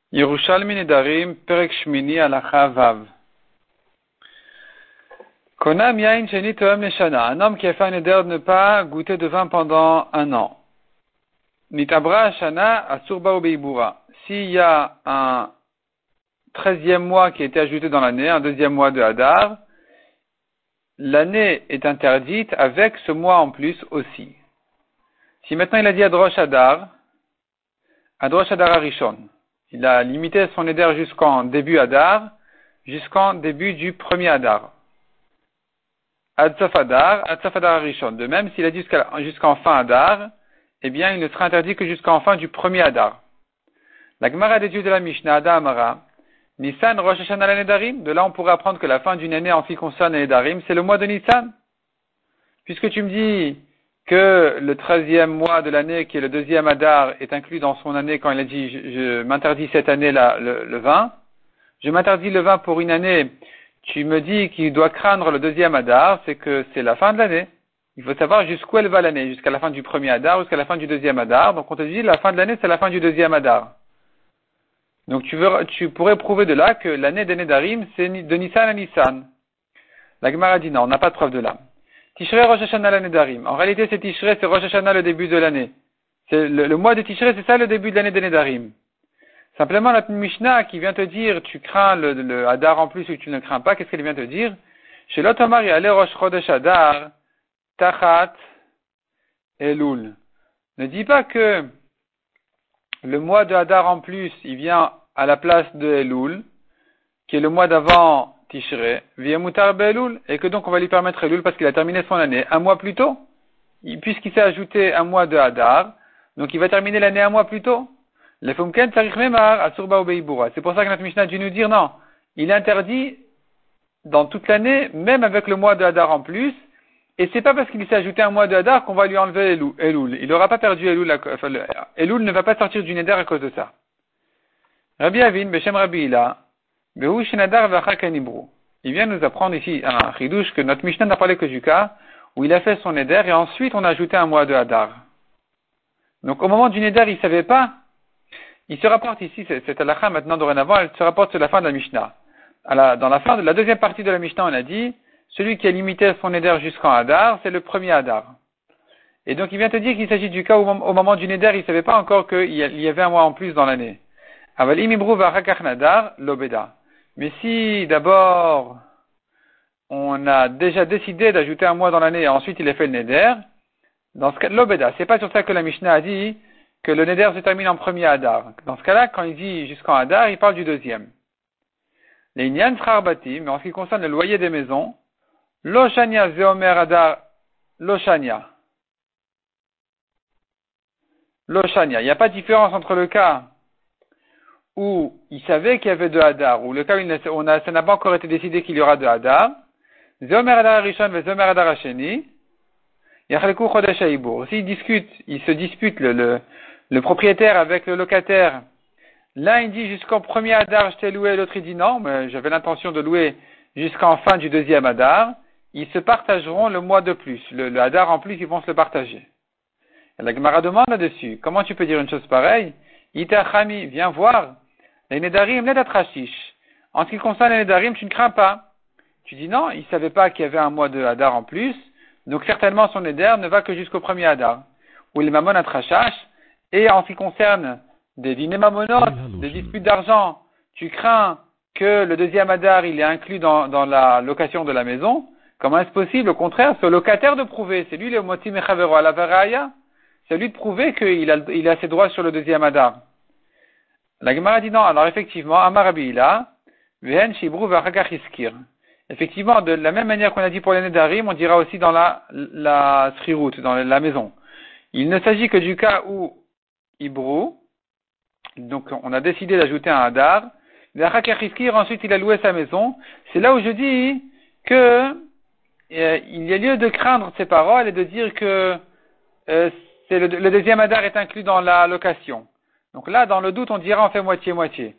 Yerushalmi Nedarim, Perek Shmini, Halacha Vav. Konam Yain Sheni Toem Leshana. Un homme qui a fait un neder de ne pas goûter de vin pendant un an. Nitabra Shana Asurba Obeibura. S'il y a un 13e mois qui a été ajouté dans l'année, un deuxième mois de Hadar, l'année est interdite avec ce mois en plus aussi. Si maintenant il a dit Adrosh Hadar Arishon, il a limité son neder jusqu'en début Hadar, jusqu'en début du premier Hadar. Adsof Hadar Arishon. De même, s'il a dit jusqu'en fin Hadar, eh bien, il ne sera interdit que jusqu'en fin du premier Hadar. La Gemara d'étude de la Mishnah, Ada Amara, Nissan Rosh Hashanah la Nedarim. De là, on pourrait apprendre que la fin d'une année en ce qui concerne les Nedarim, c'est le mois de Nissan. Puisque tu me dis que le 13e mois de l'année, qui est le deuxième Hadar, est inclus dans son année quand il a dit je m'interdis cette année le vin. Je m'interdis le vin pour une année. Tu me dis qu'il doit craindre le deuxième Hadar, c'est que c'est la fin de l'année. Il faut savoir jusqu'où elle va l'année, jusqu'à la fin du premier Hadar, jusqu'à la fin du deuxième Hadar. Donc on te dit la fin de l'année, c'est la fin du deuxième Hadar. Donc tu pourrais prouver de là que l'année des Nedarim, c'est de Nissan à Nissan. La Gemara dit non, on n'a pas de preuve de là. Tishrei Rosh Hashanah la Nedarim. En réalité, c'est Tishrei, c'est Rosh Hashanah le début de l'année. C'est le mois de Tishrei, c'est ça le début de l'année des Nedarim. Simplement, notre Mishnah qui vient te dire, tu crains le Hadar en plus ou tu ne crains pas, qu'est-ce qu'elle vient te dire? Chez l'Otomar, il y a le Rosh Chodesh Hadar, Tachat, Elul. Ne dis pas que le mois de Hadar en plus, il vient à la place de Elul, qui est le mois d'avant Tishrei, Viemutar Be'elul, et que donc on va lui permettre Elul parce qu'il a terminé son année un mois plus tôt, puisqu'il s'est ajouté un mois de Hadar, donc il va terminer l'année un mois plus tôt. Le Fumken Tsarich Memar Asurba Obeibura. C'est pour ça que notre Mishnah a dû nous dire non, il est interdit dans toute l'année, même avec le mois de Hadar en plus, et c'est pas parce qu'il s'est ajouté un mois de Hadar qu'on va lui enlever Elul. Il n'aura pas perdu Elul, Elul ne va pas sortir du Neder à cause de ça. Rabbi Avin, Beshem Rabbi Ila, Behu Shenadar Vachak Nibru. Il vient nous apprendre ici un chidouche que notre Mishnah n'a parlé que du cas où il a fait son Neder et ensuite on a ajouté un mois de Hadar. Donc au moment du Neder, il savait pas. Il se rapporte ici, cette halakha maintenant dorénavant, elle se rapporte sur la fin de la Mishnah. Dans la fin de la deuxième partie de la Mishnah, on a dit, celui qui a limité son Neder jusqu'en Hadar, c'est le premier Hadar. Et donc il vient te dire qu'il s'agit du cas où au moment du Neder, il ne savait pas encore qu'il y avait un mois en plus dans l'année. Aval imibru v'achakach nadar, l'obeda. Mais si d'abord, on a déjà décidé d'ajouter un mois dans l'année et ensuite il a fait le Neder, dans ce cas, l'obeda, c'est pas sur ça que la Mishnah a dit que le Neder se termine en premier Hadar. Dans ce cas-là, quand il dit jusqu'en Hadar, il parle du deuxième. Les Inyan Srarbati, mais en ce qui concerne le loyer des maisons, Loshania Zeomer Hadar, Loshania. Loshania. Il n'y a pas de différence entre le cas où il savait qu'il y avait de Hadar, ou le cas où ça n'a pas encore été décidé qu'il y aura de Hadar. Zeomer Hadar Arishon ve Zeomer Hadar Hasheni. Yachleku Chodesh Haibur. S'ils discutent, ils se disputent le propriétaire avec le locataire. L'un il dit jusqu'au premier Hadar je t'ai loué, l'autre il dit non, mais j'avais l'intention de louer jusqu'en fin du deuxième Hadar. Ils se partageront le mois de plus. Le Hadar en plus, ils vont se le partager. Et la Gemara demande là-dessus, comment tu peux dire une chose pareille? Ita Chami, viens voir. Les Nedarim, Nedatrashish. En ce qui concerne les Nedarim, tu ne crains pas. Tu dis non, il ne savait pas qu'il y avait un mois de Hadar en plus, donc certainement son Neder ne va que jusqu'au premier Hadar. Ou les Mamon Atrashash. Et en ce qui concerne des dîners mamonotes, des disputes d'argent, tu crains que le deuxième Hadar, il est inclus dans la location de la maison. Comment est-ce possible? Au contraire, c'est au locataire de prouver. C'est lui le motim echavero ala varaya. C'est lui de prouver qu'il a ses droits sur le deuxième Hadar. La Gemara dit non. Alors effectivement, Amar Rabbi Ila, vehen shibru v'achakach iskir. Effectivement, de la même manière qu'on a dit pour les Nedarim, on dira aussi dans la srirut, dans la maison. Il ne s'agit que du cas où Ibru, donc on a décidé d'ajouter un Hadar, ensuite il a loué sa maison. C'est là où je dis que il y a lieu de craindre ces paroles et de dire que c'est le deuxième Hadar est inclus dans la location. Donc là, dans le doute, on dira on fait moitié-moitié.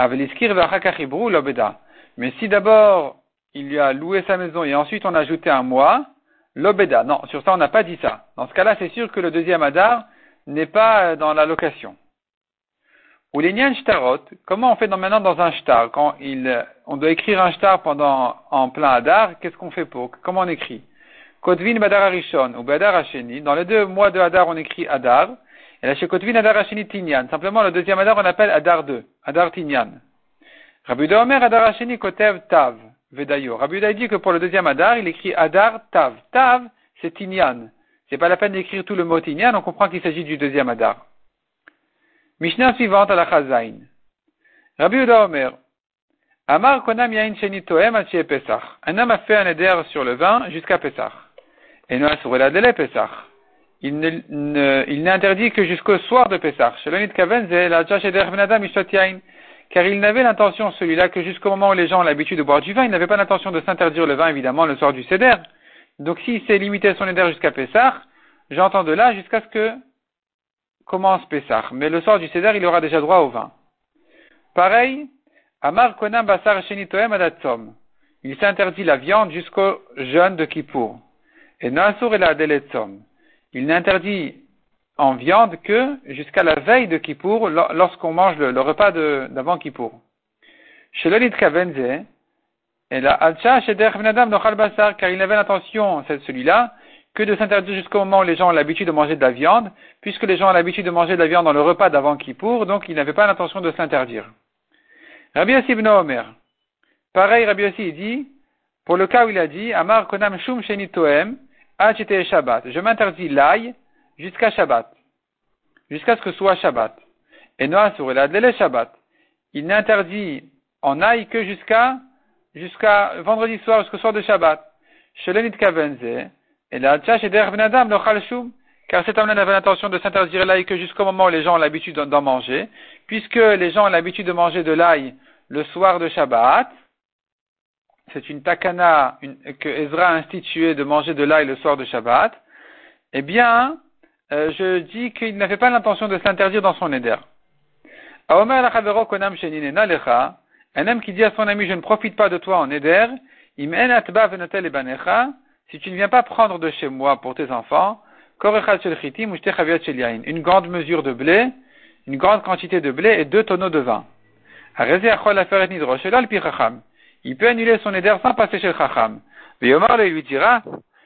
Mais si d'abord il lui a loué sa maison et ensuite on a ajouté un mois, l'obeda. Non, sur ça on n'a pas dit ça. Dans ce cas-là, c'est sûr que le deuxième Hadar n'est pas dans la location. Ou les nyan shtarot, comment on fait maintenant dans un shtar? Quand on doit écrire un shtar en plein Hadar, qu'est-ce qu'on fait comment on écrit? Kotvin Badar Arishon ou Badar Hasheni. Dans les 2 mois de Hadar, on écrit Hadar. Et là, chez Kotvin Hadar Hasheni Tinyan. Simplement, le deuxième Hadar, on appelle Hadar 2. Hadar Tinyan. Rabbi Yehuda Omer Hadar Hasheni Kotev Tav. Vedayo. Rabbi Yehuda dit que pour le deuxième Hadar, il écrit Hadar Tav. Tav, c'est Tinyan. C'est pas la peine d'écrire tout le mot Tinyan, on comprend qu'il s'agit du deuxième Hadar. Mishnah suivante à la Chazain. Rabbi Yehuda Omer. Amar konam yain sheni toem al Pesach. Un homme a fait un éder sur le vin jusqu'à Pesach. Et nous assuré la délai Pesach. Il n'est interdit que jusqu'au soir de Pesach. Shelonit kaven ze la chasheder benadam ishtot yain. Car il n'avait l'intention, celui-là, que jusqu'au moment où les gens ont l'habitude de boire du vin, il n'avait pas l'intention de s'interdire le vin, évidemment, le soir du Seder. Donc s'il s'est limité à son éder jusqu'à Pesach, j'entends de là jusqu'à ce que commence Pesach. Mais le soir du Seder, il aura déjà droit au vin. Pareil, Amar konam basar sheni toem adatzom. Il s'interdit la viande jusqu'au jeûne de Kippour. Et Naasur et la Deletzom. Il n'interdit en viande que jusqu'à la veille de Kippour, lorsqu'on mange le repas d'avant Kippour. Shelonit kavenze, et la Alcha Sheder Benadam Nochal Basar, car il n'avait l'intention, celui-là, que de s'interdire jusqu'au moment où les gens ont l'habitude de manger de la viande, puisque les gens ont l'habitude de manger de la viande dans le repas d'avant Kippour, donc il n'avait pas l'intention de s'interdire. Rabbi Yossi ben Omer. Pareil, Rabbi Yossi dit, pour le cas où il a dit, Amar konam shum sheni toem, achete Shabbat. Je m'interdis l'ail jusqu'à Shabbat. Jusqu'à ce que soit Shabbat. Et Noah sur la délai Shabbat. Il n'interdit en ail que jusqu'à vendredi soir, jusqu'au soir de Shabbat. Shelenit kavenze, et la tchash et der benadam lo chal shum. Car cet homme-là n'avait l'intention de s'interdire l'ail que jusqu'au moment où les gens ont l'habitude d'en manger, puisque les gens ont l'habitude de manger de l'ail le soir de Shabbat. C'est une takana que Ezra a instituée de manger de l'ail le soir de Shabbat. Eh bien, je dis qu'il n'avait pas l'intention de s'interdire dans son éder. Un homme qui dit à son ami, je ne profite pas de toi en éder, si tu ne viens pas prendre de chez moi pour tes enfants, une grande mesure de blé, une grande quantité de blé et 2 tonneaux de vin. Il peut annuler son éder sans passer chez le Chacham. Yomar lui dira,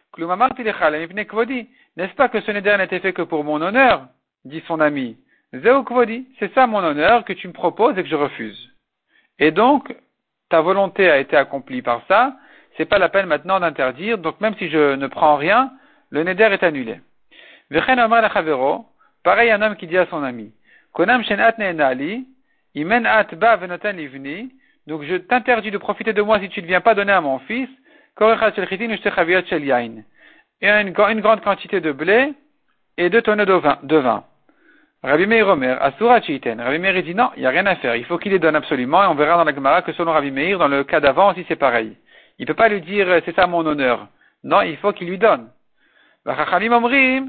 n'est-ce pas que ce éder n'était fait que pour mon honneur, dit son ami. Zeu kvodi, c'est ça mon honneur que tu me proposes et que je refuse. Et donc, ta volonté a été accomplie par ça, c'est pas la peine maintenant d'interdire, donc même si je ne prends rien, le neder est annulé. Vechen Omar lachavero, pareil un homme qui dit à son ami, Konam shenat ne'enali, imen at ba venoten livni, donc je t'interdis de profiter de moi si tu ne viens pas donner à mon fils, korechad shel chitin u'shte chaviot shel yain, et une grande quantité de blé et 2 tonneaux de vin. Rabbi Meir Omer, Asura Chiten. Rabbi Meir dit non, il n'y a rien à faire, il faut qu'il les donne absolument, et on verra dans la Gemara que selon Rabbi Meir, dans le cas d'avant aussi c'est pareil. Il ne peut pas lui dire c'est ça mon honneur. Non, il faut qu'il lui donne. Chachamim Omrim,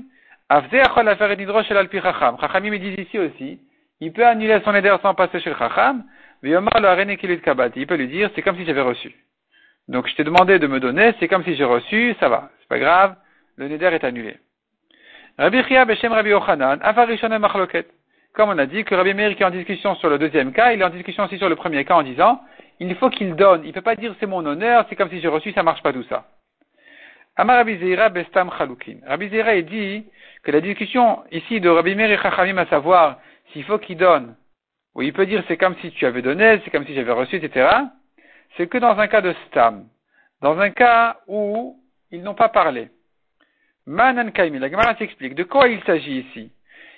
Chachamim me dit ici aussi, il peut annuler son éder sans passer chez le Chacham, il peut lui dire c'est comme si j'avais reçu. Donc je t'ai demandé de me donner, c'est comme si j'ai reçu, ça va, c'est pas grave, le neder est annulé. Rabbi Chia Beshem Rabbi Yochanan, Afarishon Machloket. Comme on a dit que Rabbi Meir qui est en discussion sur le deuxième cas, il est en discussion aussi sur le premier cas en disant, il faut qu'il donne, il ne peut pas dire c'est mon honneur, c'est comme si j'ai reçu, ça marche pas tout ça. Amar Rabbi Zeira Bestam Chalukin. Rabbi Zeira il dit que la discussion ici de Rabbi Meir et Chachamim à savoir s'il faut qu'il donne, ou il peut dire c'est comme si tu avais donné, c'est comme si j'avais reçu, etc., c'est que dans un cas de Stam. Dans un cas où ils n'ont pas parlé. Manan Kaimi, la Gemara s'explique. De quoi il s'agit ici?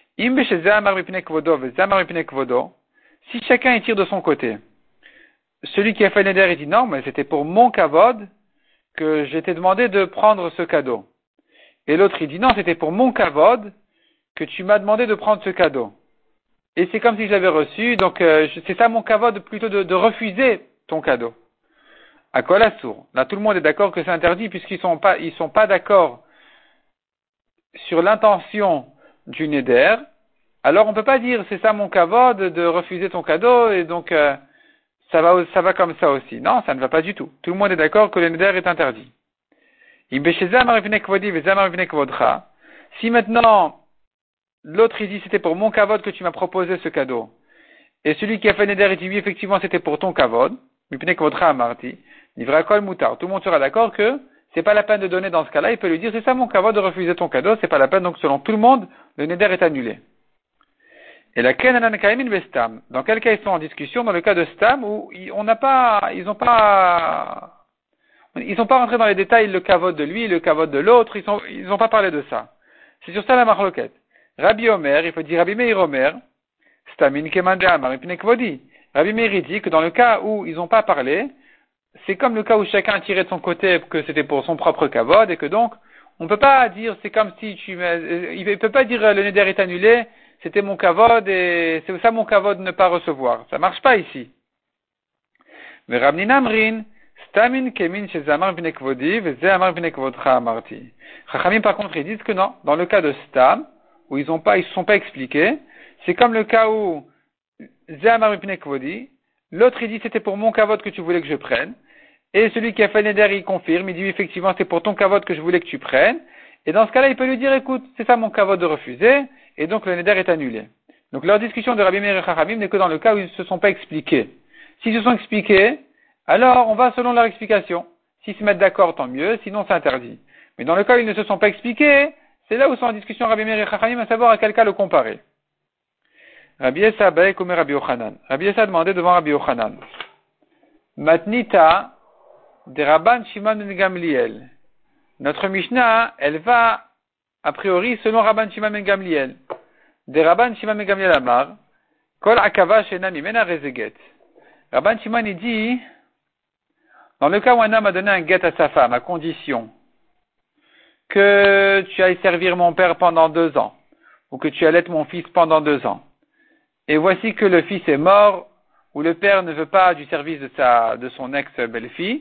Si chacun y tire de son côté, celui qui a fait le neder, il dit non, mais c'était pour mon kavod que j'étais demandé de prendre ce cadeau. Et l'autre, il dit non, c'était pour mon kavod que tu m'as demandé de prendre ce cadeau. Et c'est comme si je l'avais reçu, donc c'est ça mon kavod plutôt de refuser ton cadeau. À quoi la sourd? Là, tout le monde est d'accord que c'est interdit puisqu'ils sont pas d'accord sur l'intention du neder, alors on peut pas dire c'est ça mon kavod de refuser ton cadeau et donc ça va comme ça aussi. Non, ça ne va pas du tout. Tout le monde est d'accord que le neder est interdit. Si maintenant l'autre il dit c'était pour mon kavod que tu m'as proposé ce cadeau et celui qui a fait neder, il dit oui, effectivement, c'était pour ton kavod, mipnei kvodcha amarti, livra kol mutar. Tout le monde sera d'accord que c'est pas la peine de donner dans ce cas-là, il peut lui dire, c'est ça mon kavod de refuser ton cadeau, c'est pas la peine, donc selon tout le monde, le neder est annulé. Et la kenanan kaimin vestam. Dans quel cas ils sont en discussion? Dans le cas de stam, où ils n'ont pas rentré dans les détails, le kavod de lui, le kavod de l'autre, ils n'ont pas parlé de ça. C'est sur ça la marloquette. Rabbi Omer, il faut dire Rabbi Meir Omer, stamin kemande amar ipnei kvodi. Rabbi Meir dit que dans le cas où ils n'ont pas parlé, c'est comme le cas où chacun a tiré de son côté que c'était pour son propre kavod, et que donc, on ne peut pas dire, c'est comme si il ne peut pas dire le neder est annulé, c'était mon kavod et c'est ça mon kavod de ne pas recevoir. Ça marche pas ici. Mais Rabbi Namrin, stamin kemin chez Amar b'nei kvodi, v'ze Amar b'nei kvodcha amarti. Chachamim par contre ils disent que non, dans le cas de stam, où ils se sont pas expliqués, c'est comme le cas où ze Amar b'nei kvodi, l'autre il dit c'était pour mon kavod que tu voulais que je prenne, et celui qui a fait neder il confirme, il dit effectivement c'est pour ton kavod que je voulais que tu prennes, et dans ce cas-là il peut lui dire écoute, c'est ça mon kavod de refuser, et donc le neder est annulé. Donc leur discussion de Rabbi Meir et Chachamim n'est que dans le cas où ils ne se sont pas expliqués. S'ils se sont expliqués, alors on va selon leur explication. S'ils se mettent d'accord, tant mieux, sinon c'est interdit. Mais dans le cas où ils ne se sont pas expliqués, c'est là où sont en discussion Rabbi Meir et Chachamim, à savoir à quel cas le comparer. Rabbi Esa Bae comme Rabbi Yochanan. Rabbi Esa a demandé devant Rabbi Yochanan. Matnita de Rabban Shimon ben Gamliel. Notre Mishnah, elle va a priori selon Rabban Shimon ben Gamliel. De Rabban Shimon ben Gamliel Amar, Kol Akava Shena Mimena Rezeget. Rabban Shimon il dit, dans le cas où un homme a donné un guet à sa femme, à condition que tu ailles servir mon père pendant 2 ans, ou que tu allaites mon fils pendant 2 ans, et voici que le fils est mort, ou le père ne veut pas du service de son ex-belle-fille,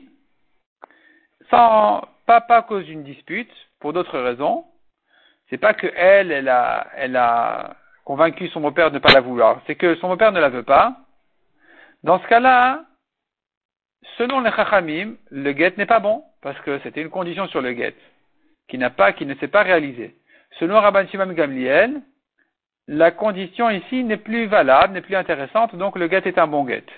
pas à cause d'une dispute, pour d'autres raisons. C'est pas que elle a convaincu son beau-père de ne pas la vouloir. C'est que son beau-père ne la veut pas. Dans ce cas-là, selon les Chachamim, le guet n'est pas bon, parce que c'était une condition sur le guet, qui ne s'est pas réalisée. Selon Rabban Shimon ben Gamliel, la condition ici n'est plus valable, n'est plus intéressante, donc le guet est un bon guet.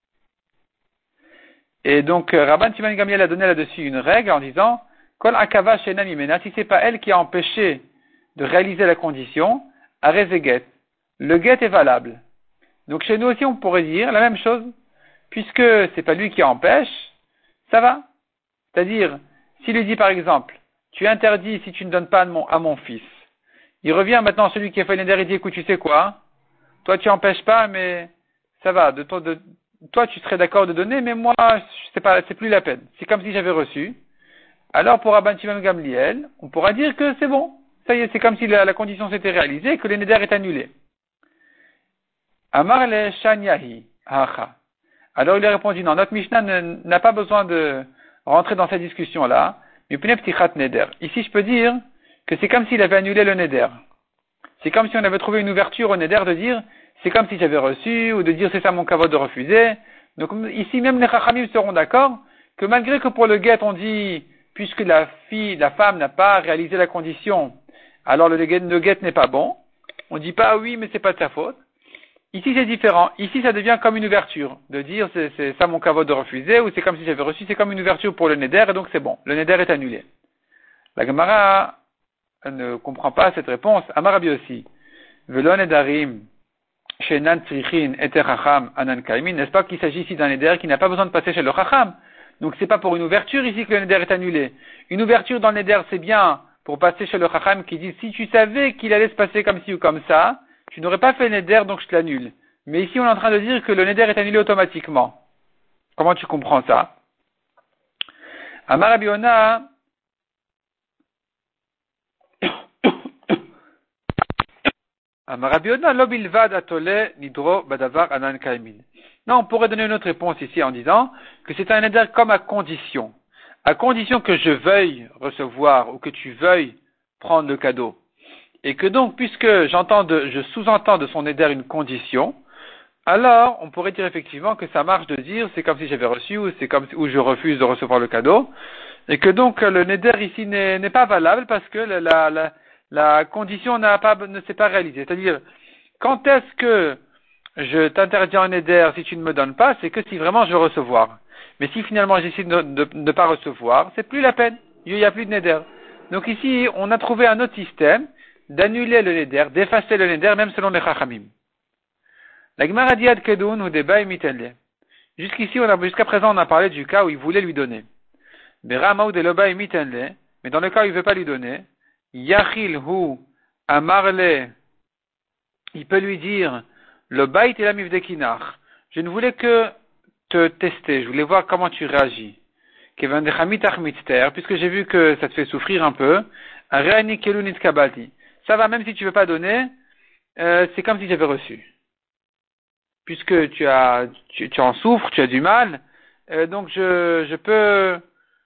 Et donc, Rabban Shimon ben Gamliel a donné là-dessus une règle en disant, Kol akava she'ena mimena, si c'est pas elle qui a empêché de réaliser la condition, arrêtez guet. Le guet est valable. Donc chez nous aussi on pourrait dire la même chose, puisque c'est pas lui qui empêche, ça va. C'est-à-dire, s'il lui dit par exemple, tu es interdit si tu ne donnes pas à mon fils, il revient maintenant celui qui a fait le neder et dit écoute tu sais quoi, toi tu empêches pas mais ça va, toi tu serais d'accord de donner mais moi c'est plus la peine. C'est comme si j'avais reçu. Alors pour Rabban Shimon ben Gamliel, on pourra dire que c'est bon. Ça y est, c'est comme si la condition s'était réalisée et que le neder est annulé. Amar le Shanyahi, hacha. Alors il a répondu, non, notre Mishnah n'a pas besoin de rentrer dans cette discussion-là. Ici, je peux dire que c'est comme s'il avait annulé le neder. C'est comme si on avait trouvé une ouverture au neder de dire, c'est comme si j'avais reçu, ou de dire c'est ça mon kavod de refuser. Donc ici, même les Chachamim seront d'accord que malgré que pour le guet, on dit, puisque la femme n'a pas réalisé la condition, alors le guet n'est pas bon. On dit pas oui, mais c'est pas de sa faute. Ici, c'est différent. Ici, ça devient comme une ouverture. De dire, c'est ça mon kavod de refuser, ou c'est comme si j'avais reçu, c'est comme une ouverture pour le neder, et donc c'est bon. Le neder est annulé. La Gemara ne comprend pas cette réponse. Amar Rabbi aussi. Velo nedarim, shenan tzrichin eter chacham anan kaimin. N'est-ce pas qu'il s'agit ici d'un neder qui n'a pas besoin de passer chez le chacham? Donc c'est pas pour une ouverture ici que le neder est annulé. Une ouverture dans le neder, c'est bien pour passer chez le chacham qui dit, si tu savais qu'il allait se passer comme ci ou comme ça, tu n'aurais pas fait neder, donc je te l'annule. Mais ici, on est en train de dire que le neder est annulé automatiquement. Comment tu comprends ça? Amar Rabbi Yona, Amar Rabbi Yona, lo bilvad atole nidro badavar anan kaimin. Non, on pourrait donner une autre réponse ici en disant que c'est un neder comme à condition. À condition que je veuille recevoir ou que tu veuilles prendre le cadeau. Et que donc, puisque je sous-entends de son neder une condition, alors on pourrait dire effectivement que ça marche de dire c'est comme si j'avais reçu ou ou je refuse de recevoir le cadeau, et que donc le neder ici n'est pas valable parce que la condition ne s'est pas réalisée. C'est-à-dire, quand est-ce que je t'interdis en éder si tu ne me donnes pas, c'est que si vraiment je veux recevoir. Mais si finalement je décide de ne pas recevoir, c'est plus la peine. Il n'y a plus de néder. Donc ici, on a trouvé un autre système d'annuler le néder, d'effacer le néder, même selon les chachamim. La Gemara dit ad kedun ou débat imitenle. Jusqu'à présent, on a parlé du cas où il voulait lui donner. Berama ou deloba imitenle, mais dans le cas où il ne veut pas lui donner, yachil hu amarle, il peut lui dire, le bait et la mivdekinach. Je ne voulais que te tester, je voulais voir comment tu réagis. Puisque j'ai vu que ça te fait souffrir un peu, ça va, même si tu ne veux pas donner, c'est comme si j'avais reçu. Puisque tu en souffres, tu as du mal, donc je peux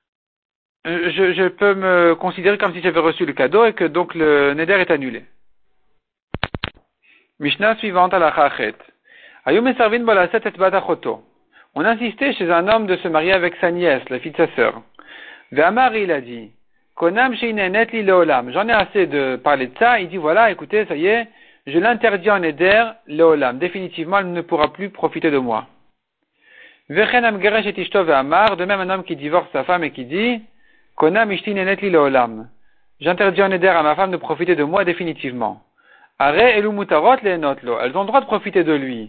me considérer comme si j'avais reçu le cadeau et que donc le neder est annulé. Mishnah suivante à la chachet. On insistait chez un homme de se marier avec sa nièce, la fille de sa sœur. Ve'amar, il a dit, Konam she'inenet li leolam. J'en ai assez de parler de ça. Il dit, voilà, écoutez, ça y est, je l'interdis en éder leolam. Définitivement, elle ne pourra plus profiter de moi. Ve'chen amgeresh et ishto ve'amar. De même, un homme qui divorce sa femme et qui dit, Konam ishti nenet li leolam. J'interdis en éder à ma femme de profiter de moi définitivement. Are elu mutarot le'enot lo. Elles ont le droit de profiter de lui.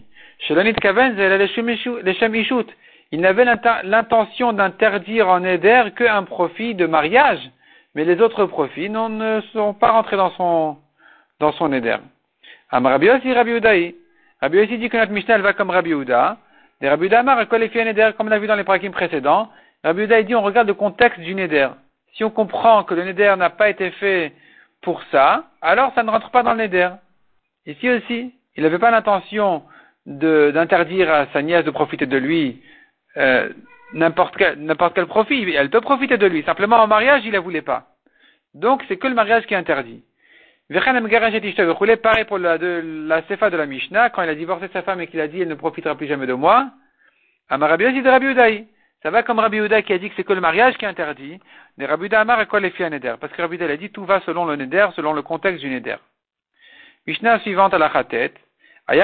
Il n'avait l'intention d'interdire en éder qu'un profit de mariage, mais les autres profits ne sont pas rentrés dans son éder. Rabbi Yossi dit que notre Mishnah elle va comme Rabbi Yehuda. Et Rabbi Yehuda Amar qualifié un éder comme on l'a vu dans les prakim précédents. Rabbi Yehuda dit on regarde le contexte du néder. Si on comprend que le néder n'a pas été fait pour ça, alors ça ne rentre pas dans le néder. Ici aussi, il n'avait pas l'intention d'interdire à sa nièce de profiter de lui n'importe quel profit. Elle peut profiter de lui. Simplement en mariage, il ne la voulait pas. Donc c'est que le mariage qui est interdit. Pareil pour la sefa de la Mishnah, quand il a divorcé sa femme et qu'il a dit elle ne profitera plus jamais de moi. Amar Rabbi Yossi de Rabbi Yehuda. Ça va comme Rabbi Yehuda qui a dit que c'est que le mariage qui est interdit. Mais Rabbi Yehuda Amar quoi les filles à neder. Parce que Rabbi Yehuda a dit tout va selon le neder, selon le contexte du neder. Mishnah suivante à la chatet. Un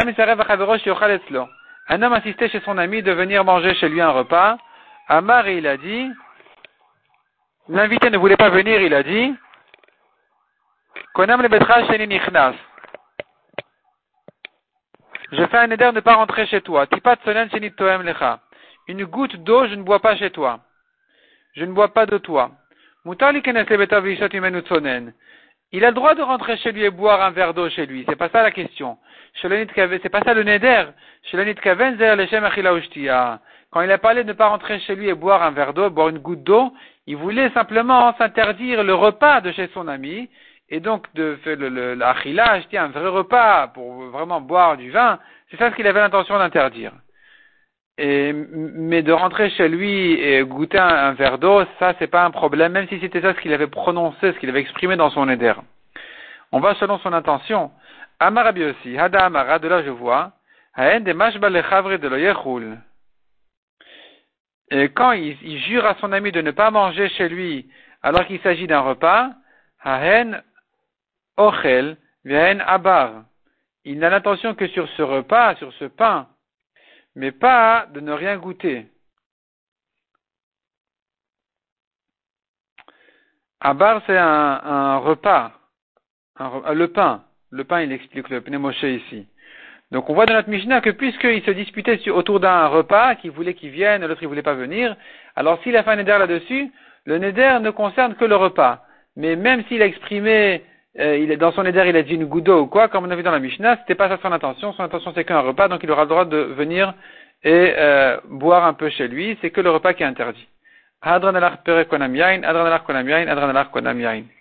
homme insistait chez son ami de venir manger chez lui un repas. Amar, il a dit, l'invité ne voulait pas venir, il a dit, Konam le betra sheni nichnas. Je fais un éder de ne pas rentrer chez toi. Tipat sonen sheni toem lecha. Une goutte d'eau, je ne bois pas chez toi. Je ne bois pas de toi. Mutar li kenes le beta vishot imenu tsonen. Il a le droit de rentrer chez lui et boire un verre d'eau chez lui. C'est pas ça la question. C'est pas ça le neder. Quand il a parlé de ne pas rentrer chez lui et boire un verre d'eau, boire une goutte d'eau, il voulait simplement s'interdire le repas de chez son ami, et donc de faire l'achila, acheter un vrai repas pour vraiment boire du vin, c'est ça ce qu'il avait l'intention d'interdire. Mais de rentrer chez lui et goûter un verre d'eau, ça c'est pas un problème, même si c'était ça ce qu'il avait prononcé, ce qu'il avait exprimé dans son éder. On va selon son intention. Amar Rabbi Yossi, Hada Amara, de là je vois, Haen de Mashba lechavre de loyechul. Et quand il jure à son ami de ne pas manger chez lui alors qu'il s'agit d'un repas, Haen ochel v'haen abar. Il n'a l'intention que sur ce repas, sur ce pain, mais pas de ne rien goûter. Abar, c'est un repas. Le pain. Le pain, il explique le pnémoché ici. Donc on voit dans notre Mishnah que puisqu'il se disputait autour d'un repas, qu'il voulait qu'il vienne, l'autre il voulait pas venir, alors s'il a fait un neder là-dessus, le neder ne concerne que le repas. Mais même s'il a exprimé, dans son neder il a dit une goutte d'eau ou quoi, comme on a vu dans la Mishnah, c'était pas ça son intention c'est qu'un repas, donc il aura le droit de venir et boire un peu chez lui, c'est que le repas qui est interdit. Adran alach pere konam yain, adran alach konam yain, adran alach konam yain.